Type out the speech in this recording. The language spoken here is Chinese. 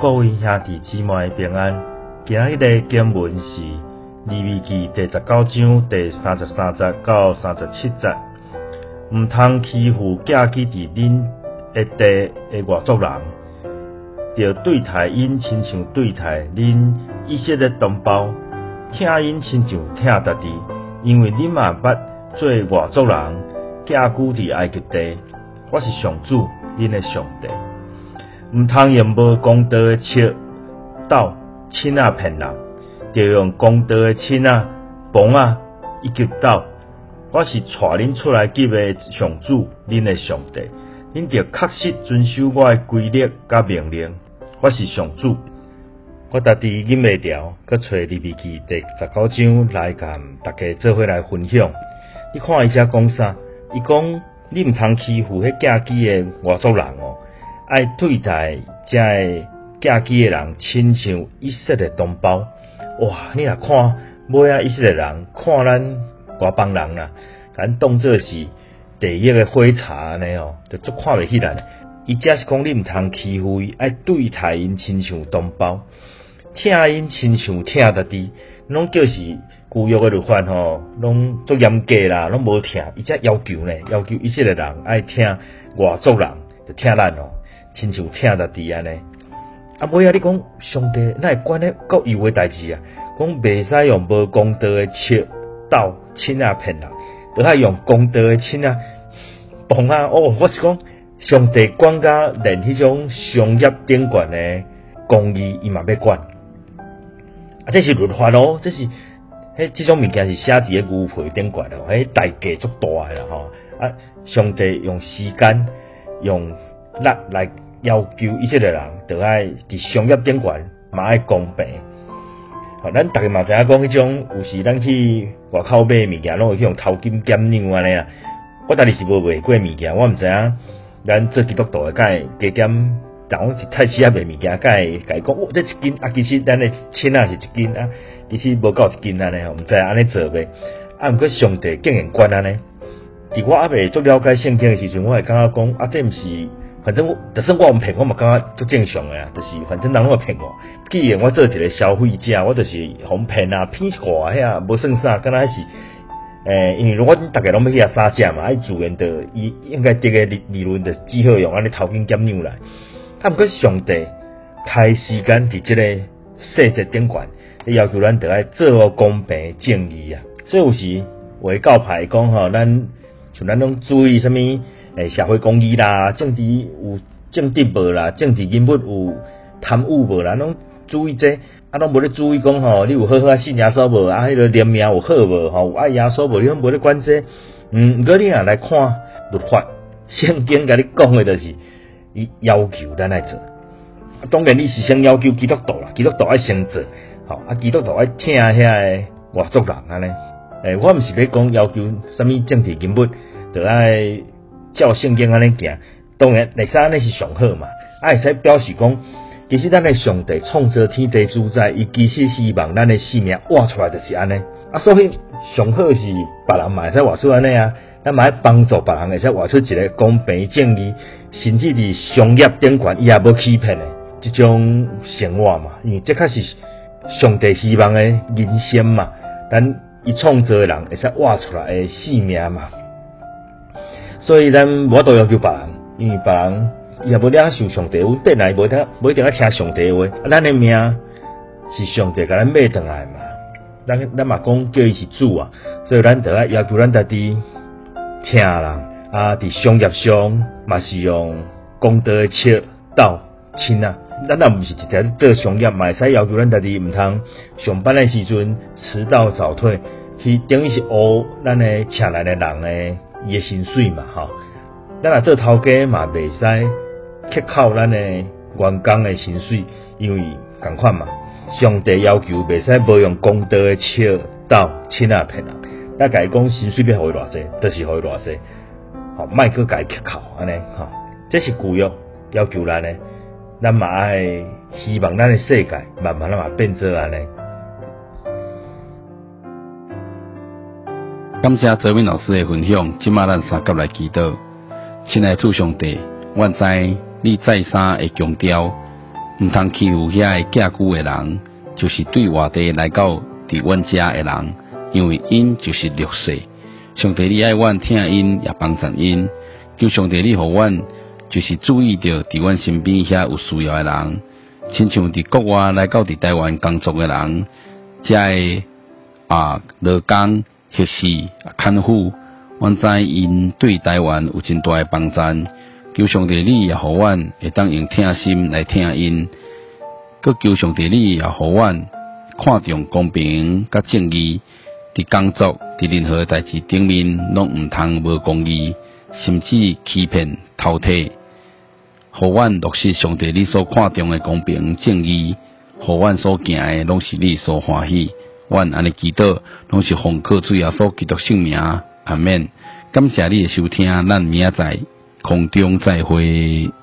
各位兄弟姊妹平安。今日的经文是利未记第19章第33节到37节。毋通欺负寄居伫恁的地的外族人，着对待因亲像对待恁以色列同胞，疼因亲像疼家己，因为恁嘛捌做外族人，寄居伫埃及地。我是上主，恁的上帝。毋通用无公道的尺斗尺仔骗人，着用公道的尺仔磅仔以及斗。我是带恁出来吉的上主，恁的上帝。恁着确实遵守我的规律甲命令。我是上主。我家己忍袂牢，佮找利未记第19章来甲大家做伙来分享。你看伊遮讲啥？伊讲你毋通欺负迄寄居的外族人哦。爱对待遮个寄居的人，亲像以色列同胞。哇！你若看尾仔以色列人看咱外邦人啦，咱当作是地狱的火柴安尼哦，就足看袂起来。伊只是讲你毋通欺负伊，爱对待因亲像同胞，疼因亲像疼家己。拢叫是旧约的律法吼，拢足严格啦，拢无疼。伊只要求呢，要求以色列人爱疼外族人，就疼咱哦。亲像疼家己安尼，尾仔你讲上帝哪会管咧国有诶代志啊？讲袂使用无公道诶尺斗尺仔骗人，著爱用公道诶尺仔磅啊！哦，我是讲上帝管甲连迄种商业顶悬诶公义，伊嘛要管。这是律法咯，这是即种物件是写伫咧牛皮顶悬咯，迄代价足大诶啦吼！上帝用时间用力来要求以色列人，就爱伫商业顶悬嘛爱公平。咱逐个嘛知影讲，迄种有时咱去外口买物件，拢会去用头金减两安尼啦。我家己是无卖过物件，我毋知影咱做基督徒的，敢会加减。人讲是菜市仔卖物件，甲伊讲，这一斤啊，其实咱的尺仔是一斤啊，其实无够一斤安尼，毋知安尼做袂。毋过上帝竟然管安尼。伫我还未足了解圣经的时阵，我会感觉讲这毋是。反正就算我毋骗，我嘛感觉足正常诶啊，就是反正人拢会骗我。既然我做一个消费者，我就是互骗啊、骗一寡遐无算啥，敢若是因为如果大家拢要去遐杀价嘛，自然就伊应该得个利润就只好用安尼头金减两来。毋过上帝开时间伫即个细节顶悬，要求咱得爱做公平正义啊。所以有时话教派讲吼，咱拢注意啥物？社会公益啦，政治有政治无啦，政治人物有贪污无啦，拢注意这，拢无咧注意讲吼，你有好好信耶稣无？迄个怜悯有好无？吼，有爱耶稣无？你拢无咧管这。不过你若来看律法，圣经甲你讲诶，就是伊要求咱来做。当然你是先要求基督徒啦，基督徒爱先做，基督徒爱听遐个外族人安尼。我毋是咧讲要求啥物政治人物，就爱。照圣经安尼行，当然会使安尼是上好嘛。会使表示讲，其实咱的上帝创造天地主宰，伊其实希望咱的性命活出来就是安尼。所以上好是别人嘛会使活出安尼啊，咱嘛要帮助别人会使活出一个公平正义，甚至伫商业顶悬伊也无欺骗的这种生活嘛。因为这确实上帝希望的人生嘛，咱伊创造的人会使活出来的性命嘛。所以咱无法度要求别人，因为别人伊也无领受上帝，阮变来无一定要听上帝的话。咱的命是上帝甲咱买转来嘛，咱嘛讲叫伊是主啊，所以咱就要要求咱家己听人伫商业上嘛是用公道的尺斗称啊。咱若毋是直接做商业，嘛会使要求咱家己毋通上班的时阵迟到早退，去等于是学咱的请来的人的。伊诶薪水嘛，咱若做头家嘛，袂使克扣咱诶员工诶薪水，因为共款嘛。上帝要求袂使无用公道诶尺斗尺仔骗人。咱家己讲薪水要互伊偌济，就是互伊偌济，莫去家己克扣安尼，这是旧约要求咱诶，咱嘛爱希望咱诶世界慢慢嘛变做安尼。 感谢泽敏老师的分享，即马咱三甲来祈祷。亲爱的主上帝，我知你再三会强调， 毋通欺负遐个寄居的人，就是对外地来到伫阮遮的人，因为因就是弱势。上帝你爱阮听因，也帮助因。求上帝你互阮，就是注意到伫阮身边遐有需要的人，亲像伫国外来到伫台湾工作的人，遮个劳工、学士、看护，阮知因对台湾有真大的帮助。求上帝你也互阮会当用听心来听因，佮求上帝你也互阮看重公平佮正义，伫工作伫任何代志顶面拢毋通无公义，甚至欺骗偷摕。互阮落实上帝你所看重的公平正义，互阮所行的拢是你所欢喜。阮安尼祈祷，拢是奉靠主耶稣基督圣名，阿免。感谢你的收听，咱明仔载空中再会。